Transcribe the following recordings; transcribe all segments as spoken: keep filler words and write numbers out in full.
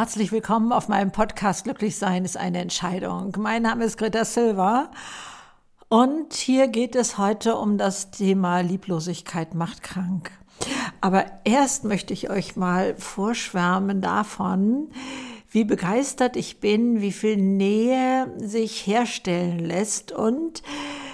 Herzlich willkommen auf meinem Podcast Glücklich sein ist eine Entscheidung. Mein Name ist Greta Silva und hier geht es heute um das Thema Lieblosigkeit macht krank. Aber erst möchte ich euch mal vorschwärmen davon, wie begeistert ich bin, wie viel Nähe sich herstellen lässt, und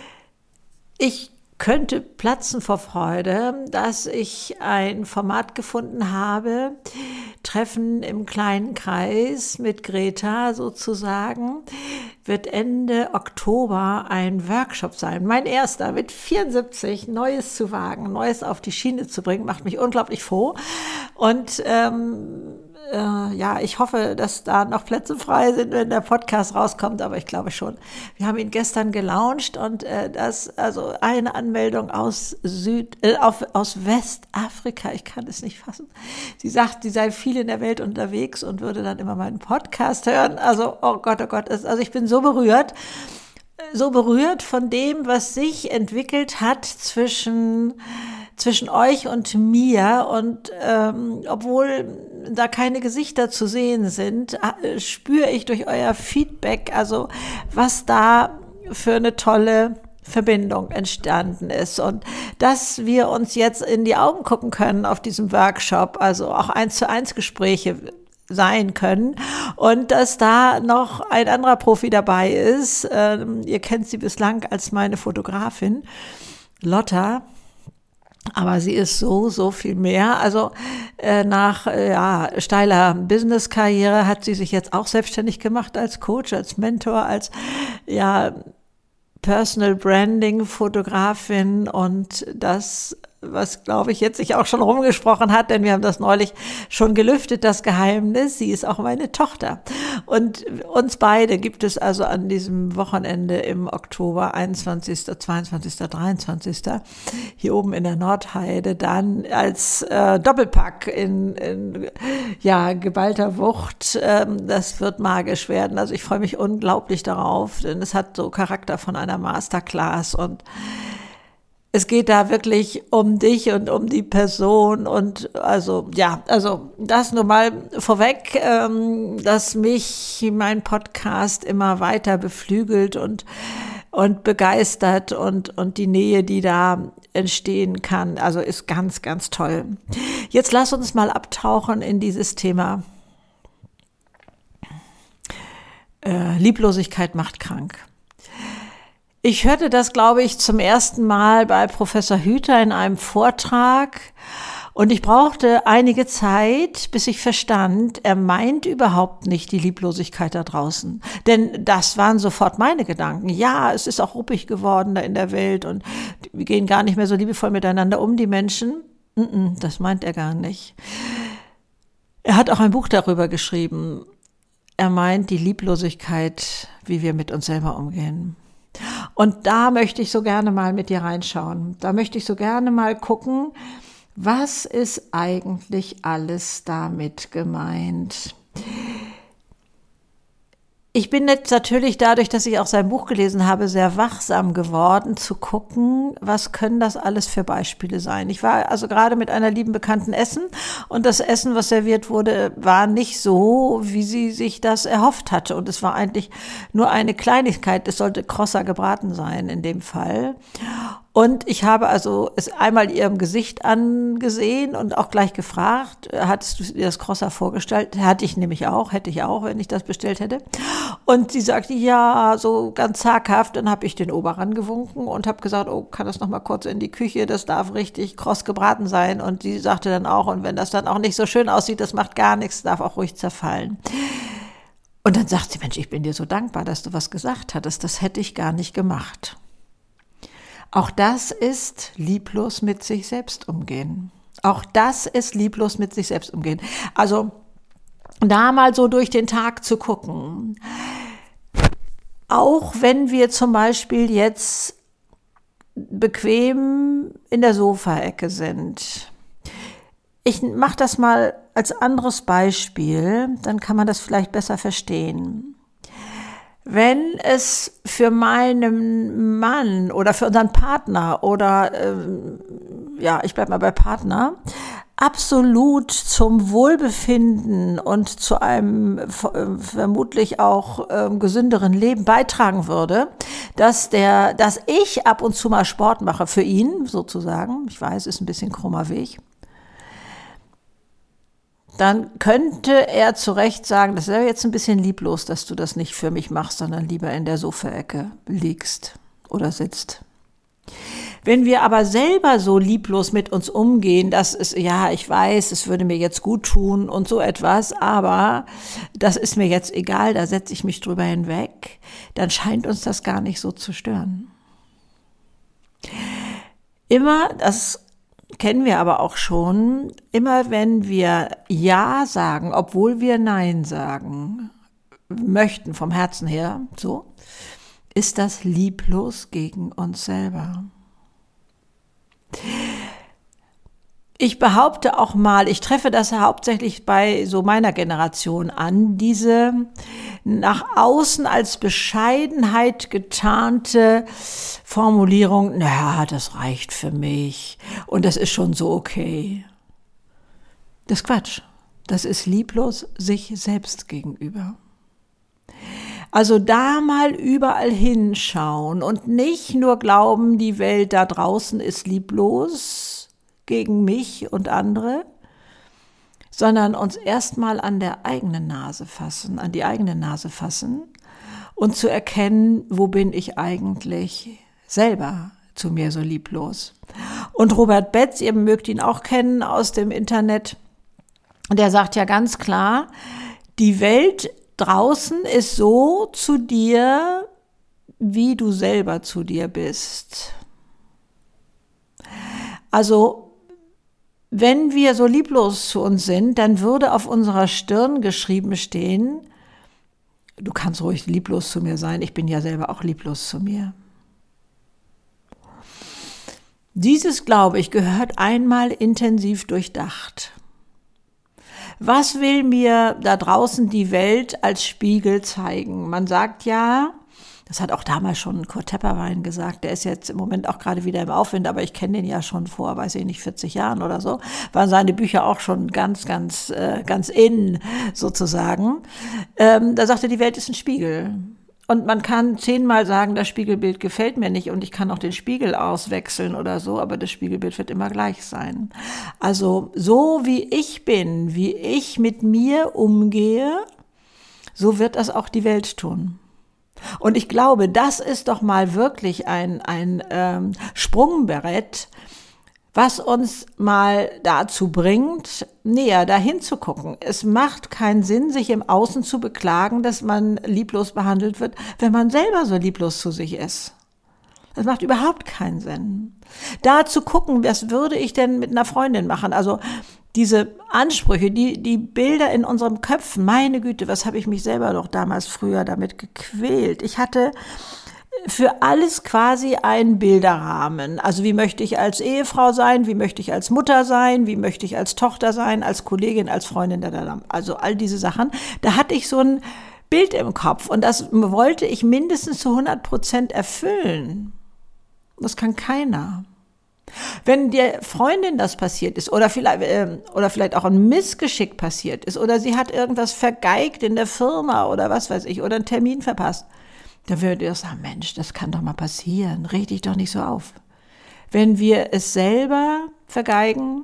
ich könnte platzen vor Freude, dass ich ein Format gefunden habe, Treffen im kleinen Kreis mit Greta sozusagen, wird Ende Oktober ein Workshop sein. Mein erster, mit vierundsiebzig, Neues zu wagen, Neues auf die Schiene zu bringen, macht mich unglaublich froh. Und ähm, äh, ja, ich hoffe, dass da noch Plätze frei sind, wenn der Podcast rauskommt, aber ich glaube schon. Wir haben ihn gestern gelauncht und äh, das, also eine Anmeldung aus Süd, äh, auf, aus Westafrika, ich kann es nicht fassen. Sie sagt, sie sei viel in der Welt unterwegs und würde dann immer meinen Podcast hören. Also, oh Gott, oh Gott, also ich bin so berührt, so berührt von dem, was sich entwickelt hat zwischen zwischen euch und mir, und ähm, obwohl da keine Gesichter zu sehen sind, äh, spüre ich durch euer Feedback, also was da für eine tolle Verbindung entstanden ist, und dass wir uns jetzt in die Augen gucken können auf diesem Workshop, also auch eins zu eins Gespräche sein können, und dass da noch ein anderer Profi dabei ist. Ähm, ihr kennt sie bislang als meine Fotografin, Lotta. Aber sie ist so, so viel mehr. Also äh, nach äh, ja, steiler Business-Karriere hat sie sich jetzt auch selbstständig gemacht als Coach, als Mentor, als ja Personal Branding Fotografin, und das, was glaube ich jetzt sich auch schon rumgesprochen hat, denn wir haben das neulich schon gelüftet, das Geheimnis, sie ist auch meine Tochter. Und uns beide gibt es also an diesem Wochenende im Oktober, einundzwanzigsten, zweiundzwanzigsten, dreiundzwanzigsten hier oben in der Nordheide, dann als äh, Doppelpack in, in ja, geballter Wucht. Ähm, das wird magisch werden. Also ich freue mich unglaublich darauf, denn es hat so Charakter von einer Masterclass, und es geht da wirklich um dich und um die Person, und also ja, also das nur mal vorweg, ähm, dass mich mein Podcast immer weiter beflügelt und und begeistert, und und die Nähe, die da entstehen kann, also ist ganz, ganz toll. Jetzt lass uns mal abtauchen in dieses Thema. Äh, Lieblosigkeit macht krank. Ich hörte das, glaube ich, zum ersten Mal bei Professor Hüther in einem Vortrag, und ich brauchte einige Zeit, bis ich verstand, er meint überhaupt nicht die Lieblosigkeit da draußen. Denn das waren sofort meine Gedanken. Ja, es ist auch ruppig geworden da in der Welt und wir gehen gar nicht mehr so liebevoll miteinander um, die Menschen. Das meint er gar nicht. Er hat auch ein Buch darüber geschrieben. Er meint die Lieblosigkeit, wie wir mit uns selber umgehen. Und da möchte ich so gerne mal mit dir reinschauen. Da möchte ich so gerne mal gucken, was ist eigentlich alles damit gemeint? Ich bin jetzt natürlich dadurch, dass ich auch sein Buch gelesen habe, sehr wachsam geworden, zu gucken, was können das alles für Beispiele sein. Ich war also gerade mit einer lieben Bekannten essen, und das Essen, was serviert wurde, war nicht so, wie sie sich das erhofft hatte. Und es war eigentlich nur eine Kleinigkeit. Es sollte krosser gebraten sein in dem Fall. Und ich habe also es einmal ihrem Gesicht angesehen und auch gleich gefragt, hattest du dir das krosser vorgestellt? Hatte ich nämlich auch, hätte ich auch, wenn ich das bestellt hätte. Und sie sagte, ja, so ganz zaghaft. Dann habe ich den Ober gewunken und habe gesagt, oh, kann das noch mal kurz in die Küche, das darf richtig kross gebraten sein. Und sie sagte dann auch, und wenn das dann auch nicht so schön aussieht, das macht gar nichts, darf auch ruhig zerfallen. Und dann sagt sie, Mensch, ich bin dir so dankbar, dass du was gesagt hattest, das hätte ich gar nicht gemacht. Auch das ist lieblos mit sich selbst umgehen. Auch das ist lieblos mit sich selbst umgehen. Also da mal so durch den Tag zu gucken. Auch wenn wir zum Beispiel jetzt bequem in der Sofaecke sind. Ich mache das mal als anderes Beispiel, dann kann man das vielleicht besser verstehen. Wenn es für meinen Mann oder für unseren Partner oder, ähm, ja, ich bleibe mal bei Partner, absolut zum Wohlbefinden und zu einem äh, vermutlich auch äh, gesünderen Leben beitragen würde, dass der, dass ich ab und zu mal Sport mache für ihn sozusagen. Ich weiß, ist ein bisschen krummer Weg. Dann könnte er zu Recht sagen, das wäre jetzt ein bisschen lieblos, dass du das nicht für mich machst, sondern lieber in der Sofaecke liegst oder sitzt. Wenn wir aber selber so lieblos mit uns umgehen, dass es, ja, ich weiß, es würde mir jetzt gut tun und so etwas, aber das ist mir jetzt egal, da setze ich mich drüber hinweg, dann scheint uns das gar nicht so zu stören. Immer, das kennen wir aber auch schon, immer wenn wir Ja sagen, obwohl wir Nein sagen möchten, vom Herzen her, so, ist das lieblos gegen uns selber. Ich behaupte auch mal, ich treffe das hauptsächlich bei so meiner Generation an, diese nach außen als Bescheidenheit getarnte Formulierung, naja, das reicht für mich und das ist schon so okay. Das ist Quatsch. Das ist lieblos sich selbst gegenüber. Also da mal überall hinschauen und nicht nur glauben, die Welt da draußen ist lieblos gegen mich und andere, sondern uns erstmal an der eigenen Nase fassen, an die eigene Nase fassen und zu erkennen, wo bin ich eigentlich selber zu mir so lieblos. Und Robert Betz, ihr mögt ihn auch kennen aus dem Internet, der sagt ja ganz klar, die Welt draußen ist so zu dir, wie du selber zu dir bist. Also, wenn wir so lieblos zu uns sind, dann würde auf unserer Stirn geschrieben stehen, du kannst ruhig lieblos zu mir sein, ich bin ja selber auch lieblos zu mir. Dieses, glaube ich, gehört einmal intensiv durchdacht. Was will mir da draußen die Welt als Spiegel zeigen? Man sagt ja, das hat auch damals schon Kurt Tepperwein gesagt, der ist jetzt im Moment auch gerade wieder im Aufwind, aber ich kenne den ja schon vor, weiß ich nicht, vierzig Jahren oder so, waren seine Bücher auch schon ganz, ganz, äh, ganz in sozusagen. Ähm, da sagte, die Welt ist ein Spiegel. Und man kann zehnmal sagen, das Spiegelbild gefällt mir nicht und ich kann auch den Spiegel auswechseln oder so, aber das Spiegelbild wird immer gleich sein. Also so wie ich bin, wie ich mit mir umgehe, so wird das auch die Welt tun. Und ich glaube, das ist doch mal wirklich ein, ein ähm, Sprungbrett, was uns mal dazu bringt, näher dahin zu gucken. Es macht keinen Sinn, sich im Außen zu beklagen, dass man lieblos behandelt wird, wenn man selber so lieblos zu sich ist. Das macht überhaupt keinen Sinn. Da zu gucken, was würde ich denn mit einer Freundin machen? Also diese Ansprüche, die, die Bilder in unserem Köpfen, meine Güte, was habe ich mich selber doch damals früher damit gequält. Ich hatte für alles quasi einen Bilderrahmen. Also wie möchte ich als Ehefrau sein, wie möchte ich als Mutter sein, wie möchte ich als Tochter sein, als Kollegin, als Freundin, also all diese Sachen. Da hatte ich so ein Bild im Kopf und das wollte ich mindestens zu hundert Prozent erfüllen. Das kann keiner. Wenn der Freundin das passiert ist oder vielleicht, äh, oder vielleicht auch ein Missgeschick passiert ist oder sie hat irgendwas vergeigt in der Firma oder was weiß ich oder einen Termin verpasst, dann würde ich sagen, Mensch, das kann doch mal passieren, reg dich doch nicht so auf. Wenn wir es selber vergeigen,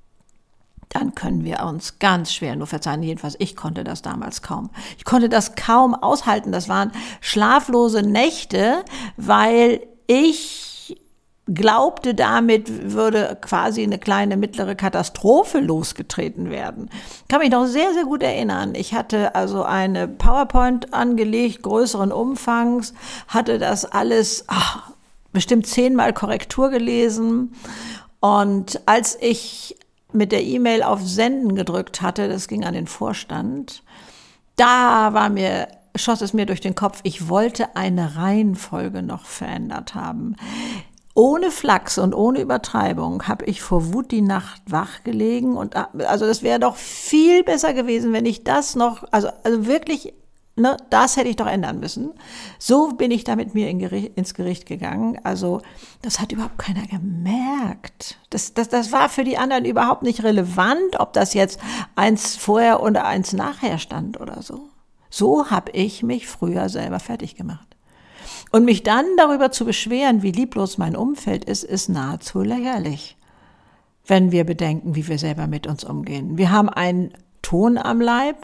dann können wir uns ganz schwer nur verzeihen. Jedenfalls, ich konnte das damals kaum. Ich konnte das kaum aushalten. Das waren schlaflose Nächte, weil ich glaubte, damit würde quasi eine kleine mittlere Katastrophe losgetreten werden. Ich kann mich noch sehr, sehr gut erinnern. Ich hatte also eine PowerPoint angelegt, größeren Umfangs, hatte das alles ach, bestimmt zehnmal Korrektur gelesen. Und als ich mit der E-Mail auf Senden gedrückt hatte, das ging an den Vorstand, da war mir schoss es mir durch den Kopf, ich wollte eine Reihenfolge noch verändert haben. Ohne Flachs und ohne Übertreibung habe ich vor Wut die Nacht wach gelegen und also das wäre doch viel besser gewesen, wenn ich das noch, also, also wirklich Ne, das hätte ich doch ändern müssen. So bin ich da mit mir in Gericht, ins Gericht gegangen. Also das hat überhaupt keiner gemerkt. Das, das, das war für die anderen überhaupt nicht relevant, ob das jetzt eins vorher oder eins nachher stand oder so. So habe ich mich früher selber fertig gemacht. Und mich dann darüber zu beschweren, wie lieblos mein Umfeld ist, ist nahezu lächerlich, wenn wir bedenken, wie wir selber mit uns umgehen. Wir haben einen Ton am Leib.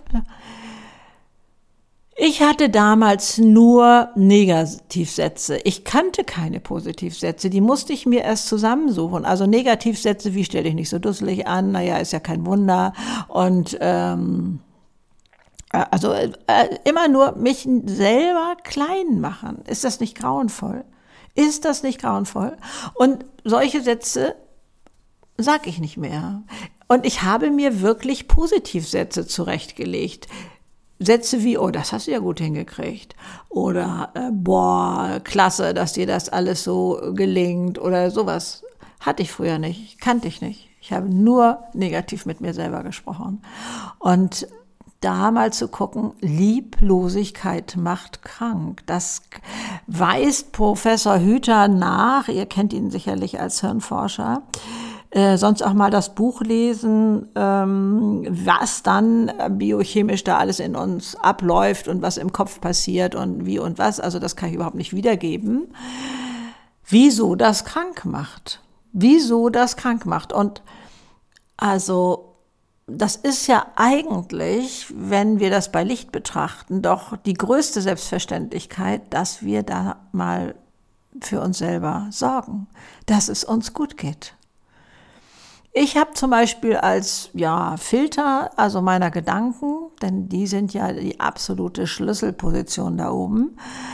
Ich hatte damals nur Negativsätze. Ich kannte keine Positivsätze. Die musste ich mir erst zusammensuchen. Also Negativsätze, wie stell dich nicht so dusselig an? Naja, ist ja kein Wunder. Und ähm, also äh, immer nur mich selber klein machen. Ist das nicht grauenvoll? Ist das nicht grauenvoll? Und solche Sätze sag ich nicht mehr. Und ich habe mir wirklich Positivsätze zurechtgelegt. Sätze wie, oh, das hast du ja gut hingekriegt. Oder, äh, boah, klasse, dass dir das alles so gelingt. Oder sowas hatte ich früher nicht, kannte ich nicht. Ich habe nur negativ mit mir selber gesprochen. Und da mal zu gucken, Lieblosigkeit macht krank. Das weist Professor Hüther nach. Ihr kennt ihn sicherlich als Hirnforscher. Äh, sonst auch mal das Buch lesen, ähm, was dann biochemisch da alles in uns abläuft und was im Kopf passiert und wie und was. Also das kann ich überhaupt nicht wiedergeben. Wieso das krank macht. Wieso das krank macht. Und also das ist ja eigentlich, wenn wir das bei Licht betrachten, doch die größte Selbstverständlichkeit, dass wir da mal für uns selber sorgen, dass es uns gut geht. Ich habe zum Beispiel als ja, Filter, also meiner Gedanken, denn die sind ja die absolute Schlüsselposition da oben,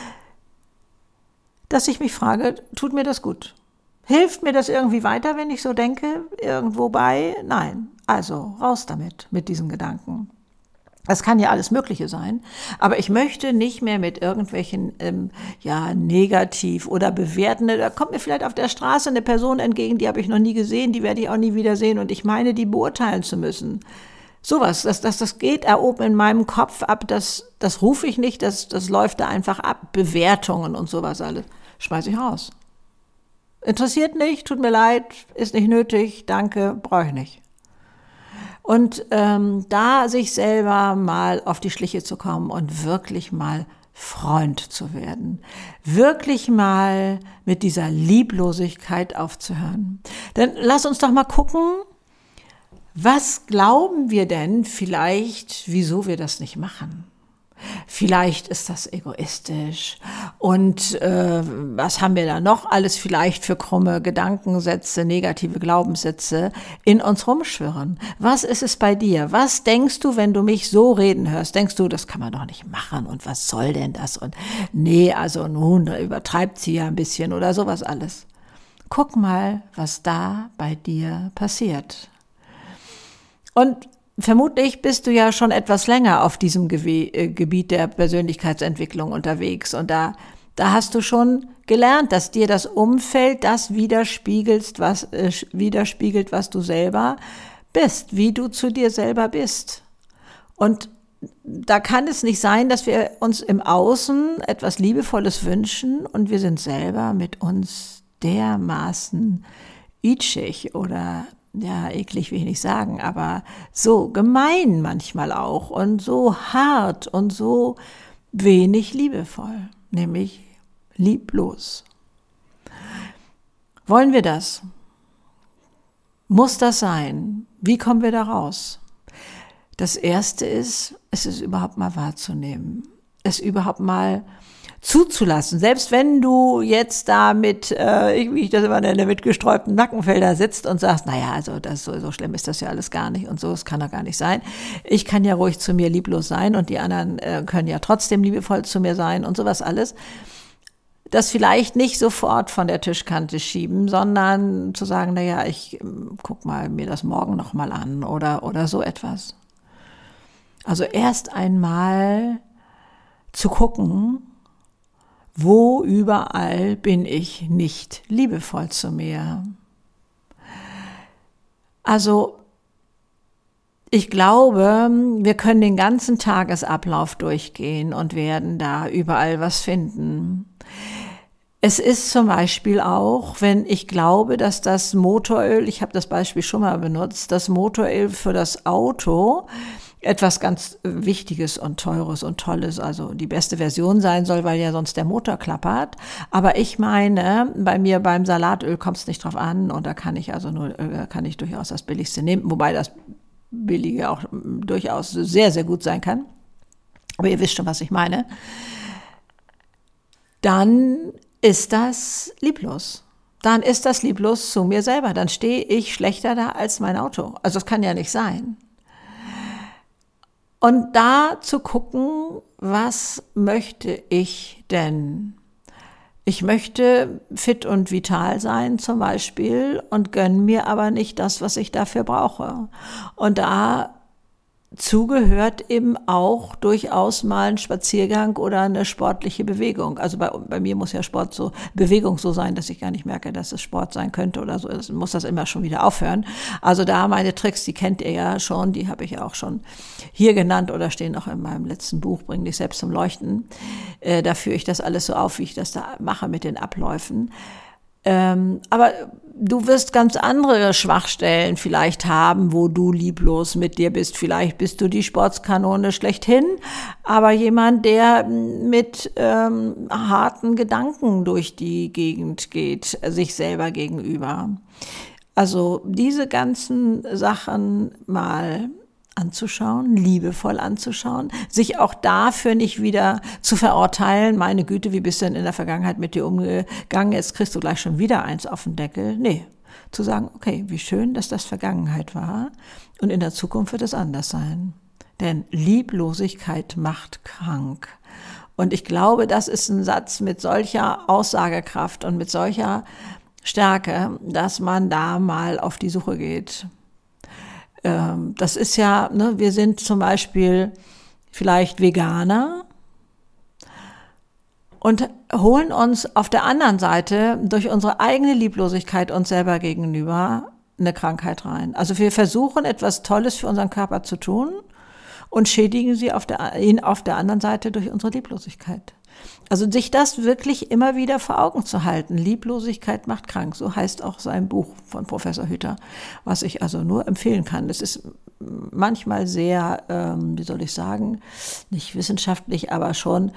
dass ich mich frage, tut mir das gut? Hilft mir das irgendwie weiter, wenn ich so denke, irgendwo bei? Nein, also raus damit, mit diesen Gedanken. Das kann ja alles Mögliche sein, aber ich möchte nicht mehr mit irgendwelchen ähm, ja negativ oder bewertende, da kommt mir vielleicht auf der Straße eine Person entgegen, die habe ich noch nie gesehen, die werde ich auch nie wieder sehen und ich meine, die beurteilen zu müssen. Sowas, das, das, das geht da oben in meinem Kopf ab, das, das rufe ich nicht, das, das läuft da einfach ab, Bewertungen und sowas alles, schmeiße ich raus. Interessiert nicht, tut mir leid, ist nicht nötig, danke, brauche ich nicht. Und ähm, da sich selber mal auf die Schliche zu kommen und wirklich mal Freund zu werden. Wirklich mal mit dieser Lieblosigkeit aufzuhören. Denn lass uns doch mal gucken, was glauben wir denn vielleicht, wieso wir das nicht machen? Vielleicht ist das egoistisch und äh, was haben wir da noch alles vielleicht für krumme Gedankensätze, negative Glaubenssätze in uns rumschwirren? Was ist es bei dir? Was denkst du, wenn du mich so reden hörst? Denkst du, das kann man doch nicht machen und was soll denn das? Und nee, also nun, da übertreibt sie ja ein bisschen oder sowas alles. Guck mal, was da bei dir passiert. Und vermutlich bist du ja schon etwas länger auf diesem Gewe- äh, Gebiet der Persönlichkeitsentwicklung unterwegs und da, da hast du schon gelernt, dass dir das Umfeld das widerspiegelt, was, äh, widerspiegelt, was du selber bist, wie du zu dir selber bist. Und da kann es nicht sein, dass wir uns im Außen etwas Liebevolles wünschen und wir sind selber mit uns dermaßen itchig oder ja, eklig will ich nicht sagen, aber so gemein manchmal auch und so hart und so wenig liebevoll, nämlich lieblos. Wollen wir das? Muss das sein? Wie kommen wir da raus? Das Erste ist, es ist überhaupt mal wahrzunehmen, es überhaupt mal zuzulassen. Selbst wenn du jetzt da mit, äh, wie ich das immer nenne, mit gesträubten Nackenfelder sitzt und sagst, naja, also das so, so schlimm ist das ja alles gar nicht und so, es kann doch gar nicht sein. Ich kann ja ruhig zu mir lieblos sein und die anderen äh, können ja trotzdem liebevoll zu mir sein und sowas alles. Das vielleicht nicht sofort von der Tischkante schieben, sondern zu sagen, naja, ich ähm, guck mal mir das morgen nochmal an oder, oder so etwas. Also erst einmal zu gucken, wo überall bin ich nicht liebevoll zu mir? Also ich glaube, wir können den ganzen Tagesablauf durchgehen und werden da überall was finden. Es ist zum Beispiel auch, wenn ich glaube, dass das Motoröl, ich habe das Beispiel schon mal benutzt, das Motoröl für das Auto etwas ganz Wichtiges und Teures und Tolles, also die beste Version sein soll, weil ja sonst der Motor klappert. Aber ich meine, bei mir beim Salatöl kommt es nicht drauf an und da kann ich also nur, kann ich durchaus das Billigste nehmen, wobei das Billige auch durchaus sehr, sehr gut sein kann. Aber ihr wisst schon, was ich meine. Dann ist das lieblos. Dann ist das lieblos zu mir selber. Dann stehe ich schlechter da als mein Auto. Also das kann ja nicht sein. Und da zu gucken, was möchte ich denn? Ich möchte fit und vital sein zum Beispiel und gönne mir aber nicht das, was ich dafür brauche. Und da zugehört eben auch durchaus mal ein Spaziergang oder eine sportliche Bewegung. Also bei, bei mir muss ja Sport so, Bewegung so sein, dass ich gar nicht merke, dass es Sport sein könnte oder so. Das muss das immer schon wieder aufhören. Also da meine Tricks, die kennt ihr ja schon, die habe ich ja auch schon hier genannt oder stehen auch in meinem letzten Buch, Bring dich selbst zum Leuchten. Äh, da führe ich das alles so auf, wie ich das da mache mit den Abläufen. Ähm, aber du wirst ganz andere Schwachstellen vielleicht haben, wo du lieblos mit dir bist. Vielleicht bist du die Sportskanone schlechthin, aber jemand, der mit ähm, harten Gedanken durch die Gegend geht, sich selber gegenüber. Also diese ganzen Sachen mal anzuschauen, liebevoll anzuschauen, sich auch dafür nicht wieder zu verurteilen, meine Güte, wie bist du denn in der Vergangenheit mit dir umgegangen, jetzt kriegst du gleich schon wieder eins auf den Deckel. Nee, zu sagen, okay, wie schön, dass das Vergangenheit war und in der Zukunft wird es anders sein. Denn Lieblosigkeit macht krank. Und ich glaube, das ist ein Satz mit solcher Aussagekraft und mit solcher Stärke, dass man da mal auf die Suche geht. Das ist ja, ne, wir sind zum Beispiel vielleicht Veganer und holen uns auf der anderen Seite durch unsere eigene Lieblosigkeit uns selber gegenüber eine Krankheit rein. Also wir versuchen etwas Tolles für unseren Körper zu tun und schädigen sie auf der, ihn auf der anderen Seite durch unsere Lieblosigkeit. Also sich das wirklich immer wieder vor Augen zu halten. Lieblosigkeit macht krank, so heißt auch sein Buch von Professor Hütter, was ich also nur empfehlen kann. Es ist manchmal sehr, ähm, wie soll ich sagen, nicht wissenschaftlich, aber schon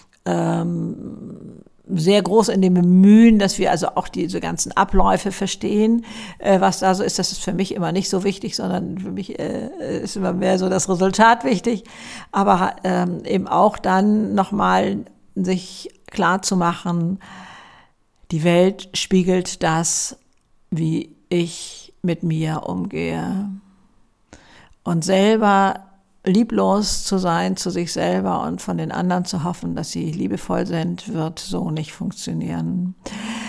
ähm, sehr groß in dem Bemühen, dass wir also auch diese ganzen Abläufe verstehen, äh, was da so ist. Das ist für mich immer nicht so wichtig, sondern für mich äh, ist immer mehr so das Resultat wichtig. Aber ähm, eben auch dann nochmal sich klar zu machen, die Welt spiegelt das, wie ich mit mir umgehe. Und selber lieblos zu sein zu sich selber und von den anderen zu hoffen, dass sie liebevoll sind, wird so nicht funktionieren.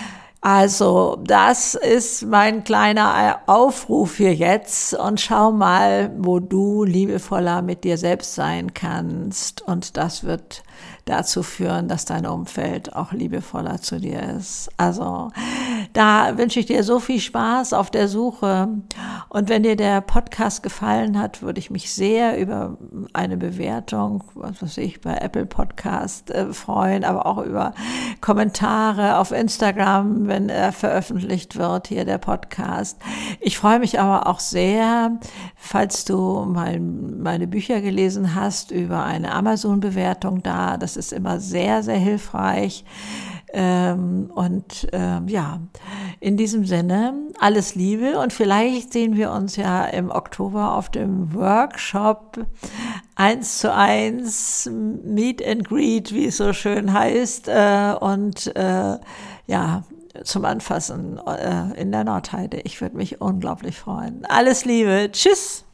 Also das ist mein kleiner Aufruf hier jetzt und schau mal, wo du liebevoller mit dir selbst sein kannst und das wird dazu führen, dass dein Umfeld auch liebevoller zu dir ist. Also da wünsche ich dir so viel Spaß auf der Suche und wenn dir der Podcast gefallen hat, würde ich mich sehr über eine Bewertung, was weiß ich, bei Apple Podcast äh, freuen, aber auch über Kommentare auf Instagram, wenn er veröffentlicht wird, hier der Podcast. Ich freue mich aber auch sehr, falls du mein, meine Bücher gelesen hast, über eine Amazon-Bewertung da. Das ist immer sehr, sehr hilfreich. Ähm, und ähm, ja, in diesem Sinne, alles Liebe und vielleicht sehen wir uns ja im Oktober auf dem Workshop eins zu eins Meet and Greet, wie es so schön heißt, äh, und äh, ja, zum Anfassen äh, in der Nordheide. Ich würde mich unglaublich freuen. Alles Liebe. Tschüss.